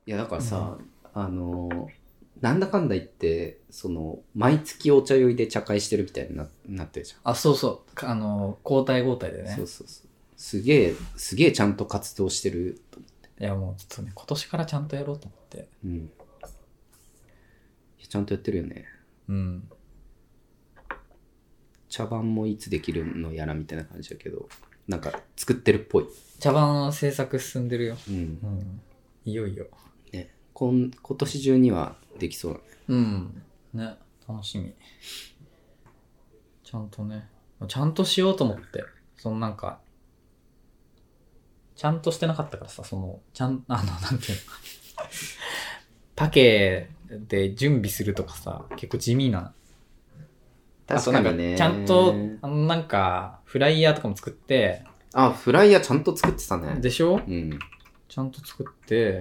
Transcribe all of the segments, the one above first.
いやだからさ、なんだかんだ言ってその毎月お茶酔いで茶会してるみたいに なってるじゃん。 そうそう。交代交代でね。 そうそうそう。すげえちゃんと活動してると思って。 いやもうちょっとね、今年からちゃんとやろうと思って。 うん。いやちゃんとやってるよね。 うん。 茶番もいつできるのやらみたいな感じだけど、なんか作ってるっぽい。 茶番制作進んでるよ。 うん。 うん。いよいよ。 ね、今年中にはできそうだね。 うん。ね、楽しみ。ちゃんとね、ちゃんとしようと思って、なんか、ちゃんとしてなかったからさ、なんていうのパケで準備するとかさ、結構地味な。 確かにね。 ちゃんと、なんか、フライヤーとかも作って。 あ、フライヤーちゃんと作ってたね。 でしょ？ うん。 ちゃんと作って、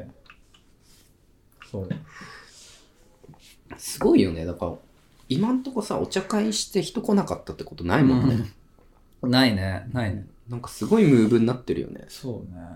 そう。 すごいよね。だから、今んとこさ、お茶会して人来なかったってことないもんね。 ないね。 なんかすごいムーブになってるよね。 そうね。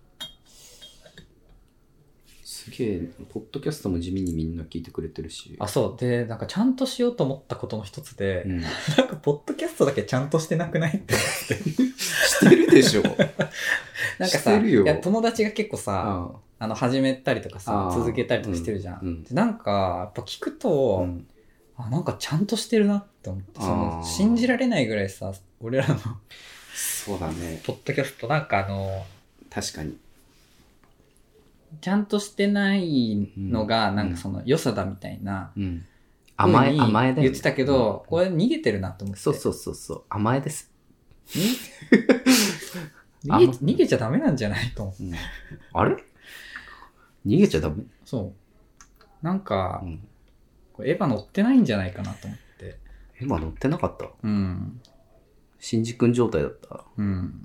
すげえ、ポッドキャストも地味にみんな聞いてくれてるし。 そう。で、なんかちゃんとしようと思ったことの一つで、 うん、 なんかポッドキャストだけちゃんとしてなくないって思って。 してるでしょ。 なんかさ、いや友達が結構さ、始めたりとかさ、続けたりとかしてるじゃん。でなんか、やっぱ聞くと、なんかちゃんとしてるなって思って、信じられないぐらいさ、俺らのそうだね。 ポッドキャストなんか確かに。 ちゃんとしてないのが、なんかその良さだみたいな、 甘えだよね。 言ってたけど、これ逃げてるなと思って。 そう。甘えです。 逃げちゃダメなんじゃないと思って。 あれ逃げちゃダメ？ そう。なんか、これエヴァ乗ってないんじゃないかなと思って。 エヴァ乗ってなかった？ うん。 シンジ君状態だった？ うん。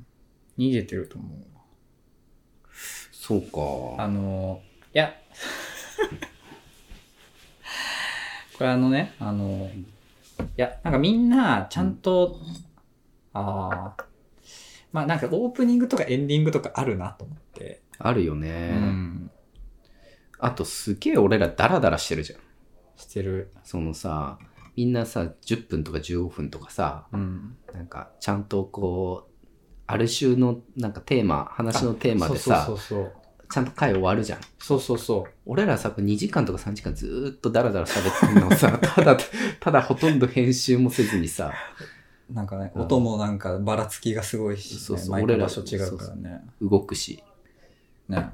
逃げてると思う。 そうか。 いや、これね、いや、なんかみんなちゃんと、まあなんかオープニングとかエンディングとかあるなと思って。 あるよね。あとすげえ俺らダラダラしてるじゃん。 してる。 そのさ、みんなさ、10分とか15分とかさ、なんかちゃんとこう、ある種のなんか話のテーマでさ、ちゃんと回終わるじゃん。 そう。 俺らさ、2時間とか3時間ずーっとダラダラ喋ってるのをさ、ただほとんど編集もせずにさ、 なんかね、音もなんかばらつきがすごいし、ね、毎回場所違うからね。 動くし。 ね。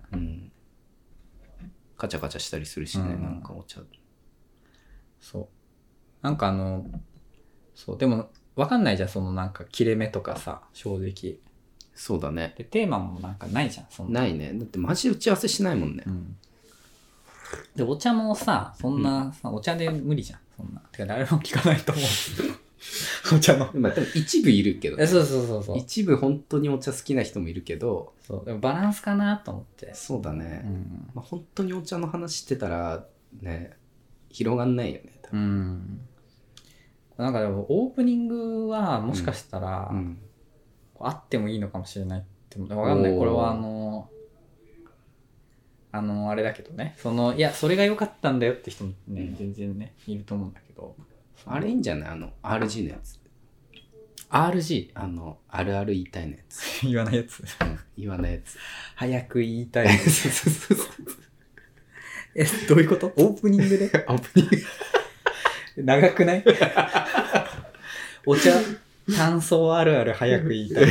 カチャカチャしたりするしね、なんかお茶。 そう。なんかそう、でも、わかんないじゃん、そのなんか切れ目とかさ、正直。 そうだね。 で、テーマもなんかないじゃん、そんな。ないね。だってマジ打ち合わせしないもんね。 で、お茶もさ、そんな、お茶で無理じゃん、そんな。てか誰も聞かないと思う。お茶の。 まあ、でも一部いるけど、 ね。そう。 一部本当にお茶好きな人もいるけど。 そう。でもバランスかなと思って。 そうだね。まあ、本当にお茶の話してたら、ね、広がんないよね。 なんかでもオープニングはもしかしたら、あってもいいのかもしれないってわかんない。これはあれだけどね。いや、それが良かったんだよって人もね、全然ね、いると思うんだけど。 あれいいんじゃない？ RG のやつ。 RG？ あるある言いたいのやつ。 言わないやつ。 言わないやつ。 早く言いたい。どういうこと？オープニングで？ オープニング。 長くない？お茶、感想あるある早く言いたい。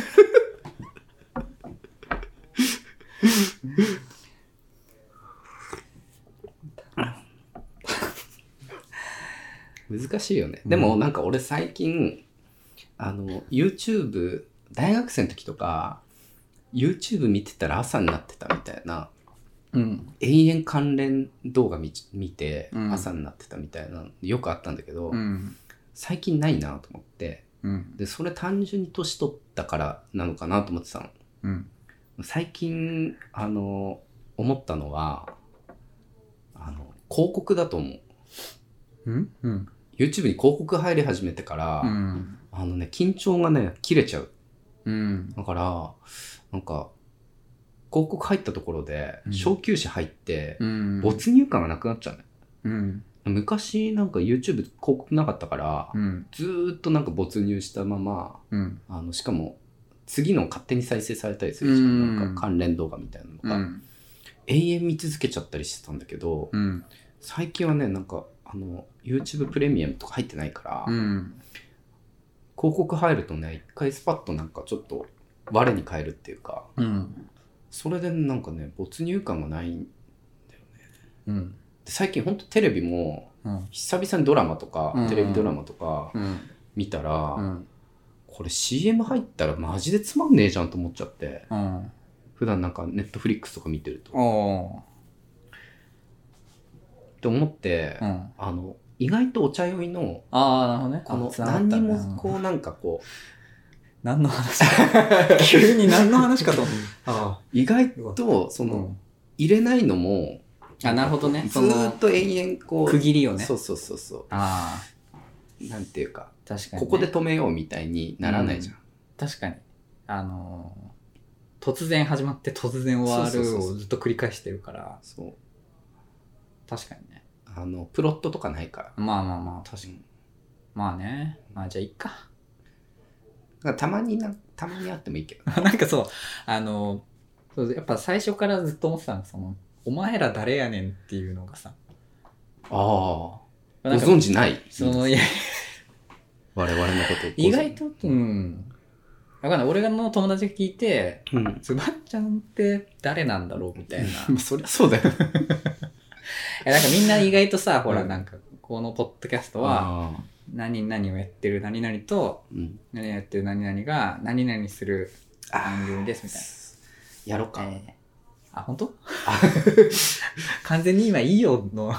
難しいよね。でもなんか俺最近、YouTube、大学生の時とか、YouTube 見てたら朝になってたみたいな、永遠関連動画見て朝になってたみたいな、よくあったんだけど、最近ないなと思って、で、それ単純に年取ったからなのかなと思ってたの。最近、思ったのは、広告だと思う。YouTube に広告入り始めてから、緊張がね、切れちゃう。だから、なんか、 広告入ったところで、小休止入って、没入感がなくなっちゃうね。昔なんか YouTube 広告なかったから、ずーっとなんか没入したまま、しかも次の勝手に再生されたりするじゃん。なんか関連動画みたいなのが。永遠見続けちゃったりしてたんだけど、最近はね、なんかYouTube プレミアムとか入ってないから、広告入るとね、一回スパッとなんかちょっと我に返るっていうか、それでなんかね、没入感がないんだよね。で最近ほんとテレビも、久々にドラマとか、テレビドラマとか見たら、これ CM 入ったらマジでつまんねえじゃんと思っちゃって、普段なんかネットフリックスとか見てると。って思って、意外とお茶酔いの、 なるほどね。 何にもこうなんかこう、 何の話急に何の話かと思う。 意外と、入れないのも、 なるほどね。 ずーっと延々こう。 区切りをね。 そう。なんていうか、 確かに、 ここで止めようみたいにならないじゃん。 確かに。突然始まって突然終わるをずっと繰り返してるから。そう。確かにね。 プロットとかないから。 まあ、確かに。まあね。まあじゃあいっか。 たまにあってもいいけど。なんかそう、やっぱ最初からずっと思ってたの、お前ら誰やねんっていうのがさ。 ご存知ない？ いや我々のこと。 意外と、わかんない。俺の友達が聞いて、つばっちゃんって誰なんだろうみたいな。 そりゃそうだよ。 なんかみんな意外とさ、ほらなんか、このポッドキャストは、何々をやってる何々と、何々やってる何々が何々する番組ですみたいな。やろうか。 本当？完全に今いいよの。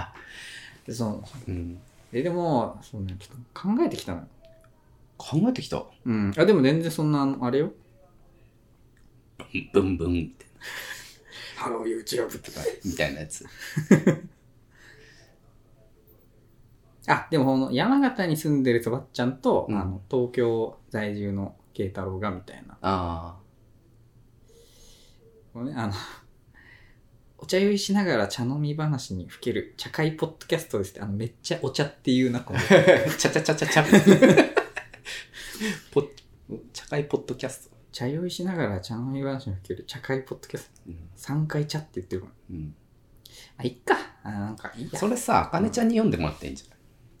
でも、そうね、ちょっと考えてきたのよ。 考えてきた？ でも全然そんな、あれよ。 ブンブンみたいな。 ハロー YouTube とか。 みたいなやつ。 でも山形に住んでるつばっちゃんと、東京在住の慶太郎がみたいな。お茶酔いしながら茶飲み話にふける茶会ポッドキャストですって、めっちゃお茶っていうな、この。 茶。茶会ポッドキャスト。 茶酔いしながら茶飲み話にふける茶会ポッドキャスト。3回茶って言ってるから。いっか。なんかいいや。 それさ、あかねちゃんに読んでもらっていいんじゃない？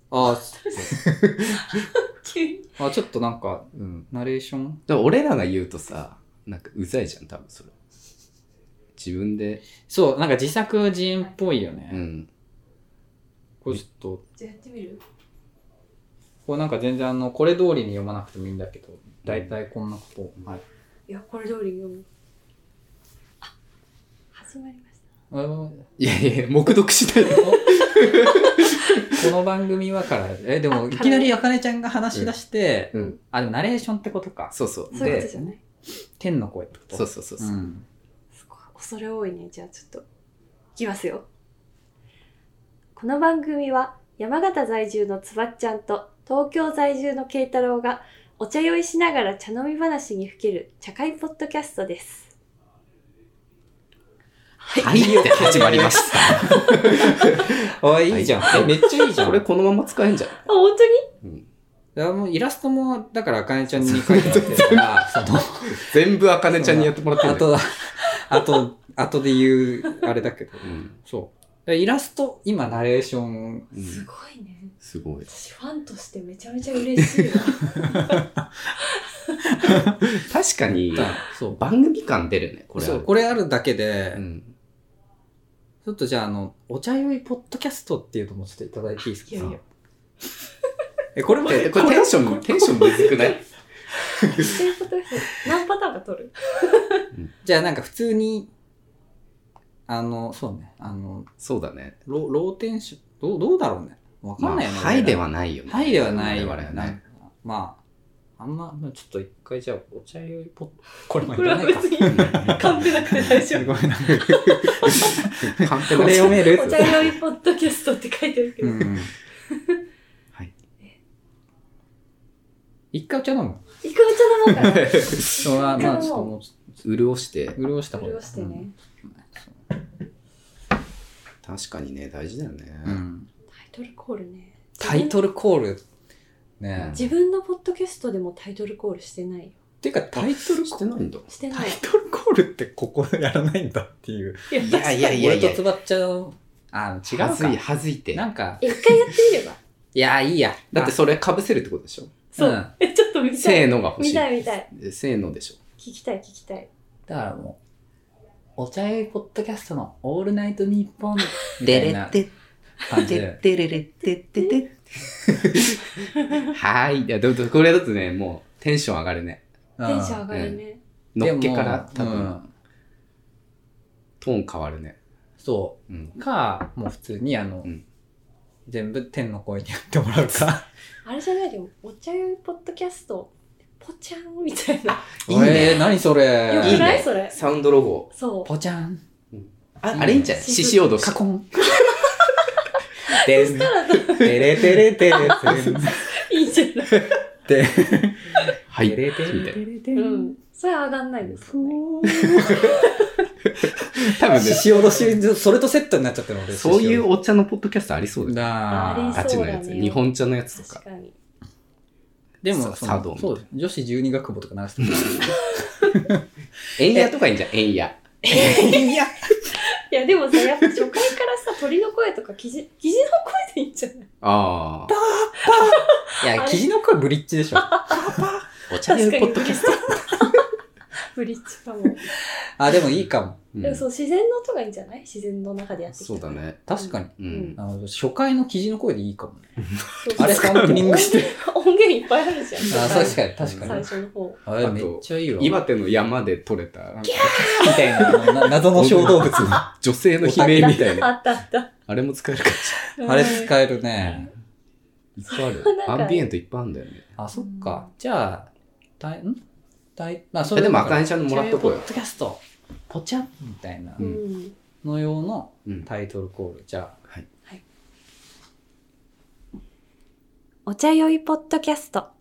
ちょっとなんか、ナレーション。 でも俺らが言うとさ、なんかうざいじゃん、多分それ。自分で。 そう、なんか自作自演っぽいよね。これちょっと。 じゃあやってみる？ これなんか全然これ通りに読まなくてもいいんだけど、だいたいこんなことを。 いや、これ通りに読む。始まりました。 いや、黙読しないで。 この番組はから、でもいきなりあかねちゃんが話し出して、でもナレーションってことか。 そう。 そういうことじゃない？ 天の声ってこと？ そう。 すごい恐れ多いね。じゃあちょっといきますよ。この番組は山形在住のつばっちゃんと東京在住の慶太郎がお茶酔いしながら茶飲み話にふける茶会ポッドキャストです。 はい、って始まりました。 いいじゃん。めっちゃいいじゃん。 これこのまま使えんじゃん。 本当に？もうイラストも、だからあかねちゃんに書いてもらってるから、 全部あかねちゃんにやってもらってる。 あとで言う、あれだけど。そう。イラスト、今ナレーション。 すごいね。 すごい。 私ファンとしてめちゃめちゃ嬉しいわ。 確かに、番組感出るね、これ。 そう、これあるだけで、ちょっとじゃあ、お茶酔いポッドキャストっていうのもちょっといただいていいですか？ いや。 これテンションむずくない？ 何パターンか撮る？ じゃあなんか普通に、そうね、 そうだね。 ローテンション、どうだろうね。わかんないよね。 はいではないよね。 はいではないよね。まあ、ちょっと一回じゃあ、お茶酔いポッこれもいらないか。 これは別に、カンペなくて大丈夫。 すごいな。これ読める？ お茶酔いポッドキャストって書いてあるけど。 はい。 一回お茶飲む？ 一回お茶飲もうかな。 そう、まあ、ちょっともう、 潤してした方がいい。 潤してね。 確かにね、大事だよね。 タイトルコールね。 タイトルコールね。 自分のポッドキャストでもタイトルコールしてないよ。 ていうかタイトルしてないんだ。 してない。 タイトルコールってここやらないんだっていう。 いや俺とつばっちゃう。違うか。 はずいって。 なんか。一回やってみれば。 いや、いいや。 だってそれ被せるってことでしょ。 そう。ちょっと見たい。 せーのが欲しい。 見たい。 せーのでしょ。 聞きたい。 だからもう、お茶屋ポッドキャストのオールナイトニッポンみたいな感じで。 てれれってってて。はい。いや、これだとね、もうテンション上がるね。 テンション上がるね。 のっけから多分、トーン変わるね。 そう。か、もう普通に全部天の声にやってもらうか。 あれじゃないでも、お茶湯ポッドキャスト、ポチャンみたいな。 いいね。何それ。 よくないそれ。 サウンドロゴ。 そう。 ポチャン。 あれいいんじゃない？獅子おどし。 カコン。てん。てれてれてれてれ。 いいじゃない。 で、 はい。 てれてれてれてれ。 それは上がんないですよね。 多分ね、 獅子おどし、それとセットになっちゃってるので。 そういうお茶のポッドキャストありそうだよ。 あちのやつ。日本茶のやつとか。 確かに。 でも、 茶道。 そう、女子12学部とか流してる。 円屋とかいいんじゃん、円屋。 いや、でもさ、やっぱ初回からさ、鳥の声とか、キジの声でいいんじゃない？ ああ。 パーパー。いや、キジの声ブリッジでしょ。 お茶のポッドキャスト。 ブリッジかも。 でもいいかも。 でもそう、自然の音がいいんじゃない？自然の中でやってきた。 そうだね。 確かに。 うん。 初回のキジの声でいいかもね。あれサンプリングして。 音源いっぱいあるじゃん。 確かに。 最初の方。 あれめっちゃいいわ。 岩手の山で採れた。 キャーみたいな、謎の小動物の。 女性の悲鳴みたいな。 あった。 あれも使えるかも。あれ使えるね。 いっぱいある。アンビエントいっぱいあるんだよね。 そっか。じゃあ、 それでもあかねちゃんのもらっとこうよ。 ポッドキャスト、ポチャンみたいなの用のタイトルコール。じゃあ。はい。 お茶酔いポッドキャスト。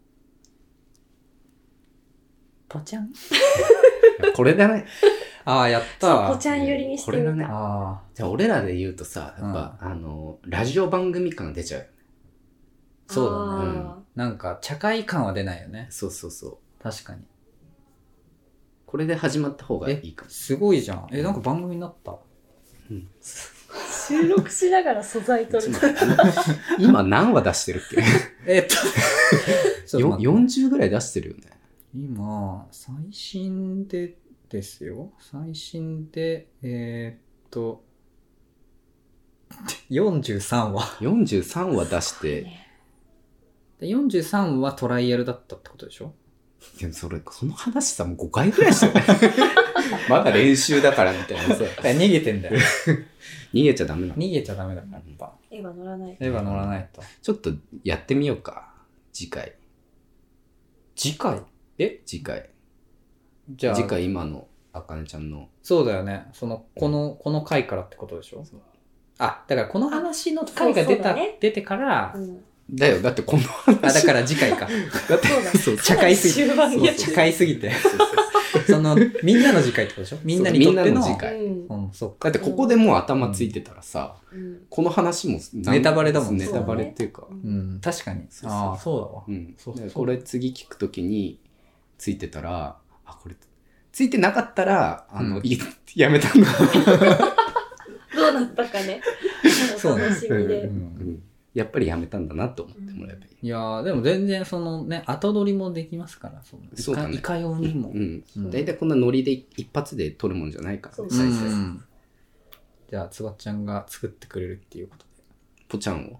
ポチャンこれだね。 やったポチャン寄りにしてみた。これだね。 じゃあ俺らで言うとさ、やっぱ、ラジオ番組感出ちゃうよね。 そうだね。なんか、茶会感は出ないよね。 そう。 確かに。 これで始まった方がいいかも。 すごいじゃん。なんか番組になった。 収録しながら素材取る。 今何話出してるっけ40ぐらい出してるよね。 今、最新でですよ。最新で、43話。 43話出して、 43話トライアルだったってことでしょ？ でもその話さ、もう5回ぐらいしてる。まだ練習だからみたいなさ。 逃げてんだよ。 逃げちゃダメなの。 逃げちゃダメだから、やっぱ。 絵は乗らないと。 ちょっとやってみようか。次回。 次回。 じゃあ。次回今のあかねちゃんの。 そうだよね。この回からってことでしょ？だからこの話の回が出てから、 だよ、だってこの話。 だから次回か。だってそう、茶会すぎて。茶会すぎて。みんなの次回ってことでしょ？みんなにとっての次回。だってここでもう頭ついてたらさ、この話もネタバレだもんね。 ネタバレっていうか。 確かに。そうだわ。 これ次聞くときについてたら、これ、ついてなかったら、やめたんだ。 どうなったかね。楽しみで。 やっぱりやめたんだなと思ってもらえばいい。 いやー、でも全然後撮りもできますから、 そうだね。 いかようにも。 だいたいこんなノリで一発で撮るもんじゃないからね、再生。 じゃあ、つばちゃんが作ってくれるっていうことで。 ポチャンを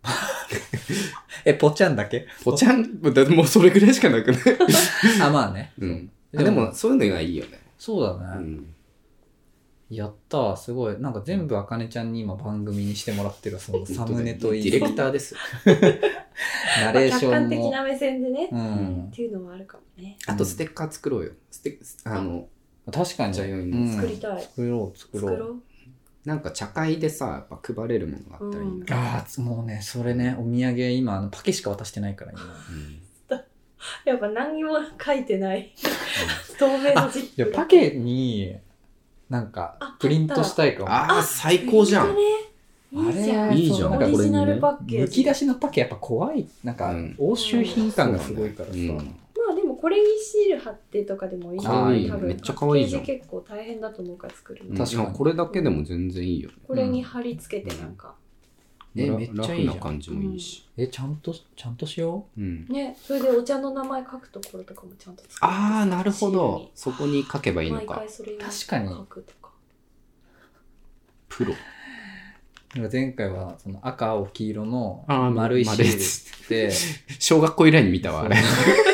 ポチャンだけ？ ポチャン、だってもうそれぐらいしかなくない？ まあね。 でも、そういうのがいいよね。 そうだね。やったー、すごい。なんか全部あかねちゃんに今番組にしてもらってる、サムネといい。 ディレクターです。 ナレーションも。客観的な目線でね。っていうのもあるかもね。 あとステッカー作ろうよ。 確かに。 作りたい。 作ろう。 なんか茶会でさ、やっぱ配れるものがあったらいいな。 もうね、それね、お土産今、パケしか渡してないから、今。 やっぱ何も書いてない。透明のジップ。 いや、パケに、なんか、プリントしたいかも。 ああ、最高じゃん。 いいじゃん。 いいじゃん。 オリジナルパッケージ。 むき出しのパケやっぱ怖い。なんか、押収品感がすごいからさ。 まあでもこれにシール貼ってとかでもいいよね。多分めっちゃ可愛いじゃん。 結構大変だと思うから作るの。 確かにこれだけでも全然いいよね。 これに貼り付けてなんか。 めっちゃいいじゃん。 ラフな感じもいいし。 ちゃんとしよう。 ね、それでお茶の名前書くところとかもちゃんと作って。 ああ、なるほど。そこに書けばいいのか。 毎回それに確かに。 書くとか。 プロ。 前回はその赤、青、黄色の丸いシールで、 小学校以来に見たわ、あれ。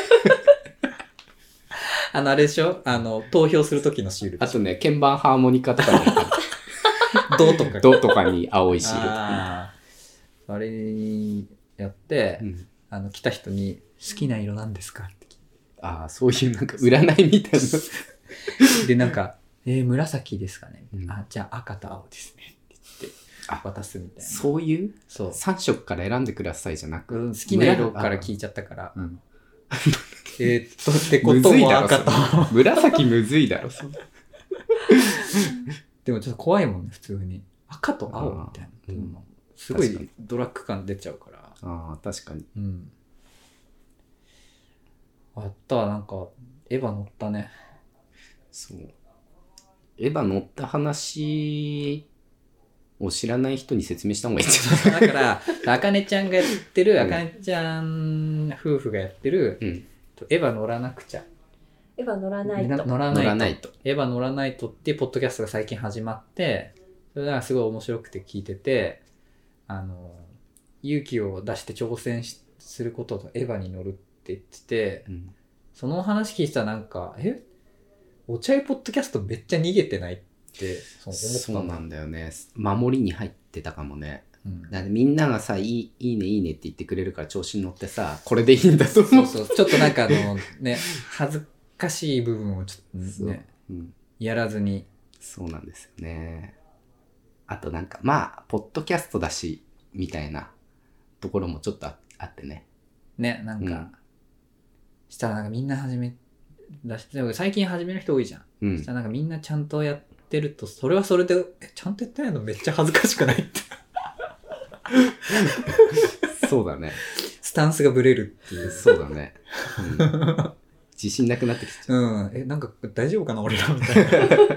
あれでしょ投票するときのシール。 あとね、鍵盤ハーモニカとかに銅とかに青いシールとか。 あれにやって、来た人に好きな色なんですかって聞いて。 ああ、そういうなんか占いみたいな。 で、なんか、紫ですかね。じゃあ赤と青ですね。渡すみたいな。 そういう3色から選んでくださいじゃなく、 好きな色から聞いちゃったから。ってことは赤と紫むずいだろ。 でもちょっと怖いもんね、普通に。赤と青みたいな。すごいドラッグ感出ちゃうから。 ああ、確かに。 やったわ、なんか、エヴァ乗ったね。 そう。エヴァ乗った話を知らない人に説明した方がいいんじゃない？ だから、あかねちゃんがやってる、あかねちゃん夫婦がやってる、エヴァ乗らなくちゃ。 エヴァ乗らないと。 乗らないと。 エヴァ乗らないとっていうポッドキャストが最近始まって、それがすごい面白くて聞いてて、勇気を出して挑戦することとエヴァに乗るって言ってて、その話聞いてたらなんか、お茶屋ポッドキャストめっちゃ逃げてないって思った。 そうなんだよね。守りに入ってたかもね。だってみんながさ、いいねいいねって言ってくれるから調子に乗ってさ、これでいいんだと思う。 そう。ちょっとなんかね、恥ずかしい部分をちょっとね、やらずに。 そうなんですよね。あとなんか、まあ、ポッドキャストだし、みたいなところもちょっとあってね。 ね、なんか、したらなんかみんな最近始める人多いじゃん。したらなんかみんなちゃんとやってると、それはそれで、ちゃんとやってないのめっちゃ恥ずかしくないって。 そうだね。 スタンスがブレるっていう。 そうだね。自信なくなってきちゃう。なんか大丈夫かな俺らみたいな。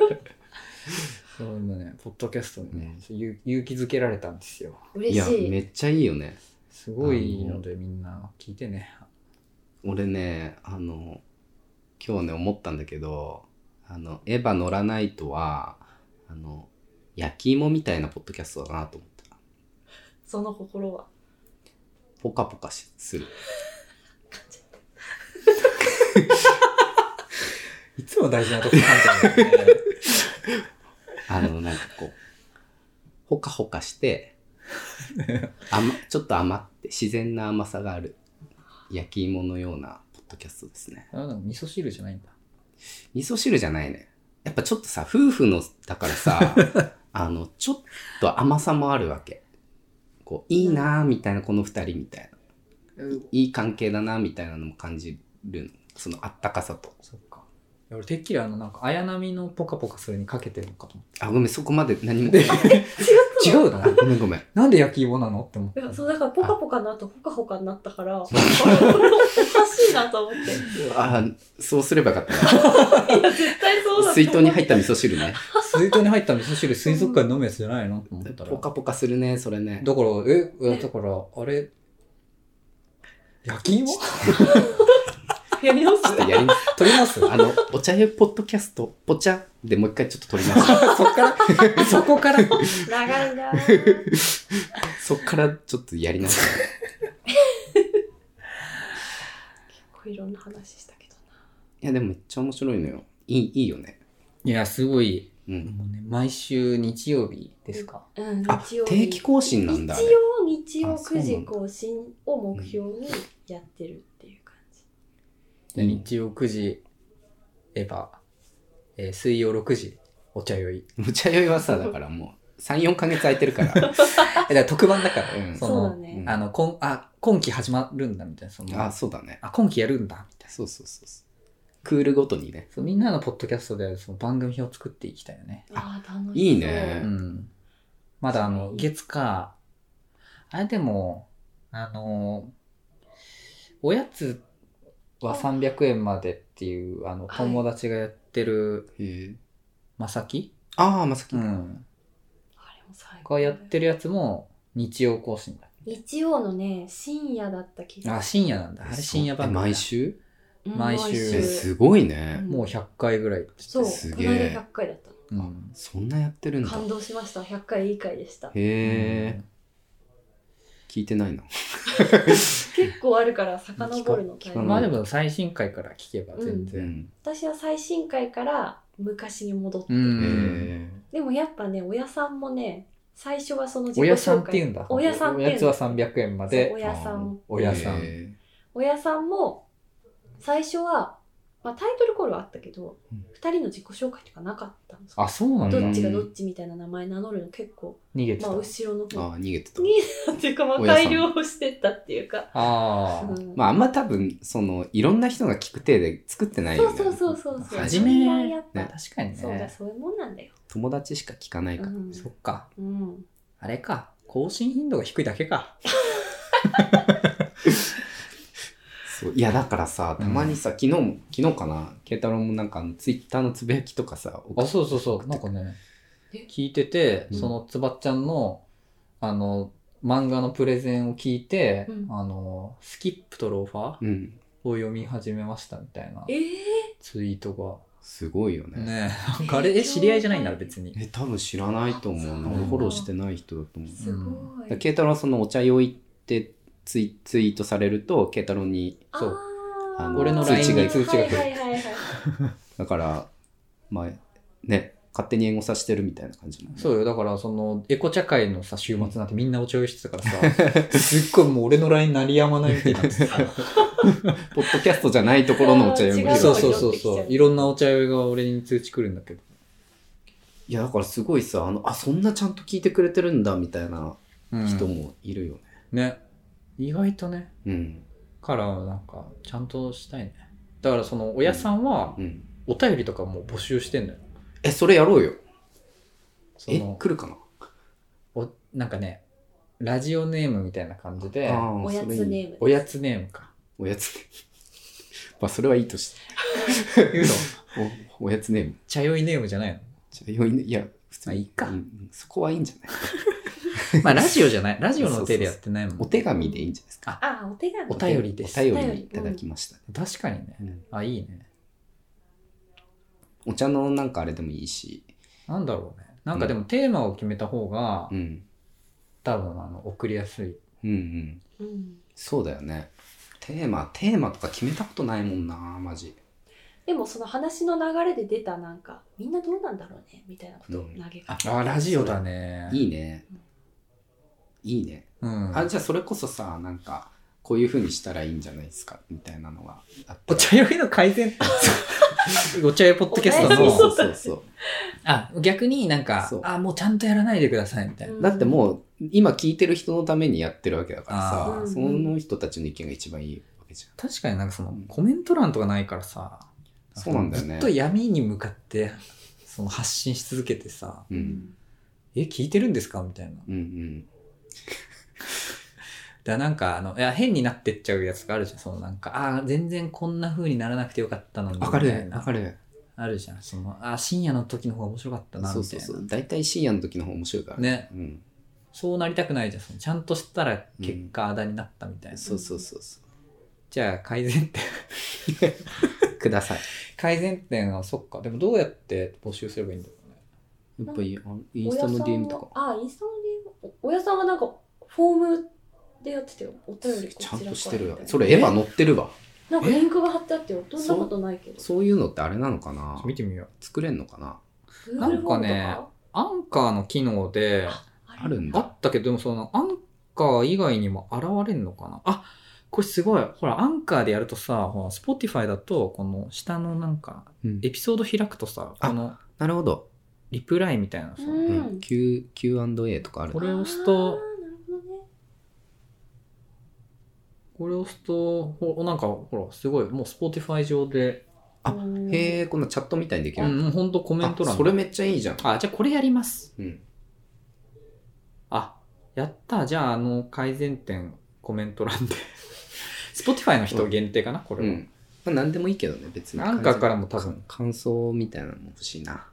そうね、ポッドキャストにね、勇気づけられたんですよ。 嬉しい。 いや、めっちゃいいよね。 すごいのでみんな聞いてね。 俺ね、今日ね思ったんだけど、エヴァ乗らないとは、焼き芋みたいなポッドキャストだなと思った。 その心はポカポカする。 いつも大事なとこ噛んじゃうんだよね。 なんかこう、ほかほかして、ちょっと甘って自然な甘さがある焼き芋のようなポッドキャストですね。 味噌汁じゃないんだ。 味噌汁じゃないね。やっぱちょっとさ、夫婦のだからさ、ちょっと甘さもあるわけ。こう、いいなーみたいな、この二人みたいな。いい関係だなみたいなのも感じる。そのあったかさと。 そっか。俺てっきりなんか綾波のポカポカするにかけてるのかと思って。 あ、ごめん、そこまで何も。 違うな。 ごめん。 なんで焼き芋なのって思って。 そう、だからポカポカの後、ほかほかになったから、おかしいなと思って。 そうすればよかったな。いや、絶対そうだ。 水筒に入った味噌汁ね。 水筒に入った味噌汁、水族館に飲むやつじゃないのと思ったら。 ポカポカするね、それね。 だから、あれ、焼き芋やり直す取り直すお茶湯ポッドキャスト、ポチャでもう一回ちょっと取り直す。 そこから長いなそっからちょっとやり直す。 結構いろんな話したけどな。 いや、でもめっちゃ面白いのよ。いいよね。 いや、すごい。もうね、毎週日曜日ですか。 日曜日。 定期更新なんだ。 日曜9時更新を目標にやってるっていう感じ。 日曜9時、エヴァ、水曜6時、お茶酔い。 お茶酔いはさ、だからもう、 3、4ヶ月空いてるから。 だから特番だから、 そうだね。 今期始まるんだみたいな。 そうだね。 今期やるんだみたいな。 そう。クールごとにね。 みんなのポッドキャストでその番組表を作っていきたいよね。 楽しそう。 いいね。 まだ月火、でも、おやつは300円までっていう、友達がやってる、まさきまさき。 あれも最高。 がやってるやつも日曜更新だ。 日曜のね、深夜だった気がする。 深夜なんだ。あれ深夜番組。 毎週毎週。 すごいね。 もう100回ぐらい。 そう、 すげえ。 この間100回だった。 そんなやってるんだ。 感動しました。100回いい回でした。 へえ。聞いてないな。 結構あるから遡るの大変。 まあでも最新回から聞けば全然。 私は最新回から昔に戻って。でもやっぱね、親さんもね、最初はその自己紹介。 親さんって言うんだ。 親さんって言うんだ。おやつは300円まで。 親さん。 親さん。 親さんも最初は、タイトルコールはあったけど、2人の自己紹介とかなかったんですよ。 そうなんだ。 どっちがどっちみたいな名前名乗るの結構、 逃げてた。 後ろの方。 逃げてた。 逃げてたっていうか、改良をしてったっていうか。 あんま多分、いろんな人が聞く体で作ってないよね。 そう。 初め、確かにね。 そういうもんなんだよ。 友達しか聞かないから。 そっか。あれか。更新頻度が低いだけか。 いやだからさ、たまにさ、昨日かな、慶太郎もなんかツイッターのつぶやきとかさ、 そうなんかね、聞いてて、そのつばっちゃんの漫画のプレゼンを聞いて、スキップとローファーを読み始めましたみたいなツイートがすごいよね。 ねえ、あれ知り合いじゃないんだろ別に。 多分知らないと思うな。フォローしてない人だと思う。 すごい。 慶太郎はそのお茶用意ってツイートされると慶太郎に俺の LINE に通知が来る。 だからね、勝手に援護させてるみたいな感じも、ね、 そうよ。だからそのエコ茶会のさ週末なんてみんなお茶用意してたからさすっごいもう俺の LINE 鳴りやまないみたいなさポッドキャストじゃないところのお茶用意。 そういろんなお茶用意が俺に通知来るんだけど。 いやだからすごいさ、そんなちゃんと聞いてくれてるんだみたいな人もいるよね。 ね、意外とね。からなんかちゃんとしたいね。だからその親さんはお便りとかも募集してんのよ。 それやろうよ。来るかな。 なんかね、ラジオネームみたいな感じで。 おやつネーム。 おやつネームか。 おやつネーム。それはいいとして。言うのおやつネーム。 茶酔いネームじゃないの？ 茶酔いね、いや普通にいいか。 そこはいいんじゃない？ ラジオじゃない。ラジオの手でやってないもん。 お手紙でいいんじゃないですか。お手紙。 お便りです。 お便りいただきました。 確かにね。いいね。 お茶のなんかあれでもいいし。 なんだろうね。なんかでもテーマを決めた方が、多分送りやすい。 そうだよね。テーマとか決めたことないもんな、マジ。 でもその話の流れで出たなんか、みんなどうなんだろうね、みたいなことを投げかける。 ラジオだね。 いいね。いいね。じゃあそれこそさ、なんか、こういう風にしたらいいんじゃないですかみたいなのがあって。 お茶酔いの改善お茶酔いポッドキャストの。 そう。 逆になんか、もうちゃんとやらないでくださいみたいな。 だってもう、今聞いてる人のためにやってるわけだからさ、その人たちの意見が一番いいわけじゃん。 確かになんかその、コメント欄とかないからさ、 そうなんだよね。 ずっと闇に向かって、その発信し続けてさ、聞いてるんですかみたいな。だなんか変になってっちゃうやつがあるじゃん。そのなんか全然こんな風にならなくてよかったのにみたいな。 わかる。 あるじゃん。その深夜の時の方が面白かったなみたいな。 そう。大体深夜の時の方が面白いからね。そうなりたくないじゃん。ちゃんとしたら結果あだになったみたいな。 そう。 じゃあ改善点ください。 改善点はそっか。でもどうやって募集すればいいんだろうね。やっぱりインスタの DM とか。 インスタの DM。親さんはなんかフォームでやってたよ。お便りちゃんとしてるわ。それエヴァ載ってるわ。 なんかリンクが貼ってあってよ。どんなことないけど。 そういうのってあれなのかな。 見てみよう。 作れんのかな。 なんかね、アンカーの機能であるんだ。 あったけど、でもそのアンカー以外にも現れんのかな。これすごい。ほら、アンカーでやるとさ、スポティファイだと、この下のなんか、エピソード開くとさ、 なるほど。 リプライみたいなのさ、 Q&A とかある。 これを押すと、なんかほらすごいもう Spotify 上で、 あ、へえ、こんなチャットみたいにできる。 もうほんとコメント欄。 それめっちゃいいじゃん。 あ、じゃあこれやります。 うん。 あ、やった。じゃあ改善点コメント欄で。Spotify の人限定かな、これは。 まあ何でもいいけどね、別に。 アンカーからも多分。 感想みたいなのも欲しいな。ね。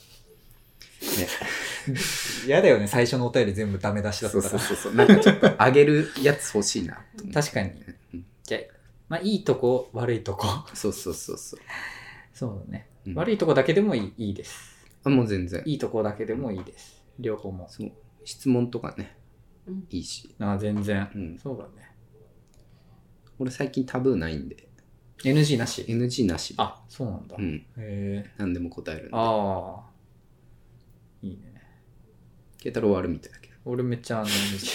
嫌だよね、最初のお便り全部ダメ出しだったら。 そう。なんかちょっと上げるやつ欲しいな。 確かに。じゃあ、まあいいとこ、悪いとこ。 そう。 そうだね。悪いとこだけでもいいです。 あ、もう全然。 いいとこだけでもいいです。両方も。 そう。質問とかね。いいし。 あ、全然。そうだね。 俺最近タブーないんで。 NG なし ?NG なし。 あ、そうなんだ。 へえ。何でも答えるんで。 ああ。いいね。 ケイタロウあるみたいだけど。 俺めっちゃNG。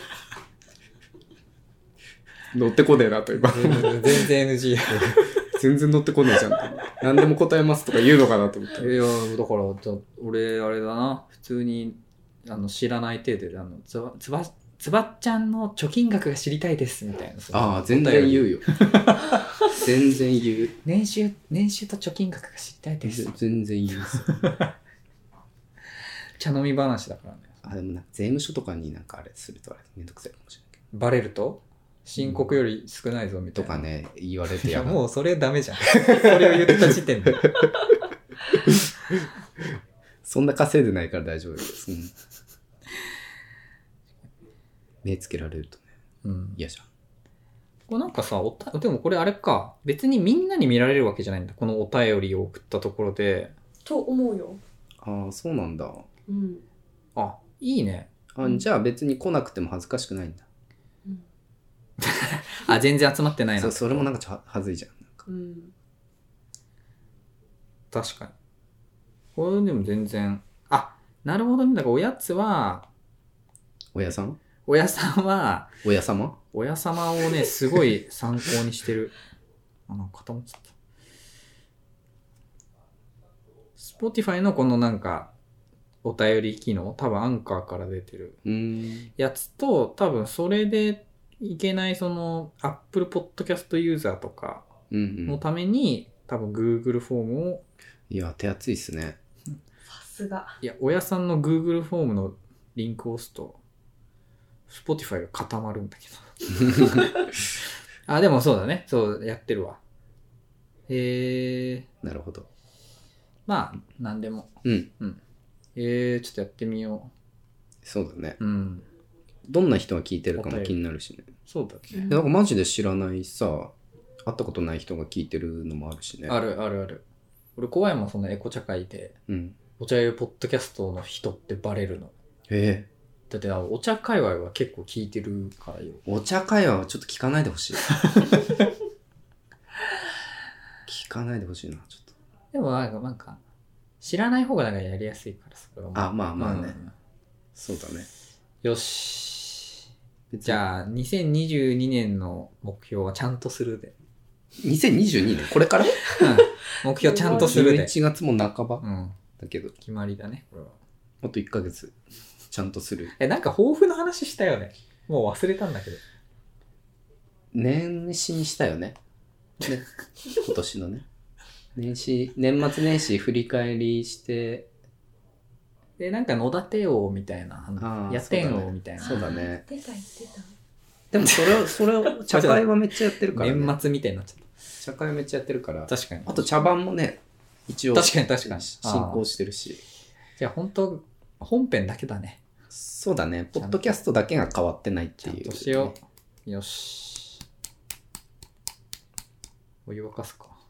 乗ってこねえなと今。 全然 NG。 全然乗ってこねえじゃん。何でも答えますとか言うのかなと思って。 いや、だから、俺、あれだな。普通に、知らない程度で、つばっちゃんの貯金額が知りたいですみたいな。 ああ、全然言うよ。全然言う。 年収と貯金額が知りたいです。 全然言う。 茶飲み話だからね。 あ、でもなんか税務署とかになんかあれするとあれめんどくさいかもしれないけど。 バレると申告より少ないぞみたいな。 とかね、言われていや、もうそれダメじゃん。それを言った時点で。 そんな稼いでないから大丈夫です。目つけられるとね、嫌じゃん。 これなんかさ、でもこれあれか、別にみんなに見られるわけじゃないんだ。このお便りを送ったところで。 と思うよ。 ああ、そうなんだ。 あ、いいね。 じゃあ別に来なくても恥ずかしくないんだ。 あ、全然集まってないな。 それもなんかはずいじゃん。 確かに。これでも全然。あ、なるほどね。だからおやつは、 親さんは、 親様をね、すごい参考にしてる。なんか固まっちゃった。Spotify のこのなんか、お便り機能、多分アンカーから出てるやつと、多分それでいけないその Apple Podcast ユーザーとかのために、多分 Google フォームを。 いや、手厚いっすね。 さすが。 いや、親さんの Google フォームのリンクを押すと、Spotify が固まるんだけど。あ、でもそうだね。そう、やってるわ。 なるほど。 まあ、なんでも。ちょっとやってみよう。そうだね。どんな人が聞いてるかも気になるしね。 そうだね。 なんかマジで知らないさ、会ったことない人が聞いてるのもあるしね。 ある。俺、怖いもん、そのエコ茶会で、お茶屋ポッドキャストの人ってバレるの。 へえ。 だってお茶界隈は結構聞いてるからよ。 お茶界隈はちょっと聞かないでほしい。聞かないでほしいな、ちょっと。 でもなんか、知らない方がなんかやりやすいから、それは。 あ、まあね。そうだね。 よし。じゃあ、2022年の目標はちゃんとするで。 2022年これから目標ちゃんとするで。 11月も半ばだけど。 決まりだね、これは。 あと1ヶ月。ちゃんとする。 なんか抱負の話したよね。もう忘れたんだけど。 年始にしたよね。今年のね。年末年始振り返りして、 で、なんか野立て王みたいな、やってん王みたいな。 そうだね。 言ってた。 でもそれを、茶会はめっちゃやってるからね。 年末みたいになっちゃった。 茶会めっちゃやってるから。 確かに。 あと茶番もね、一応。 確かに。 進行してるし。 じゃあ本当本編だけだね。 そうだね。ポッドキャストだけが変わってないっていう、ね。 ちゃんとしよう。よし。お湯沸かすか。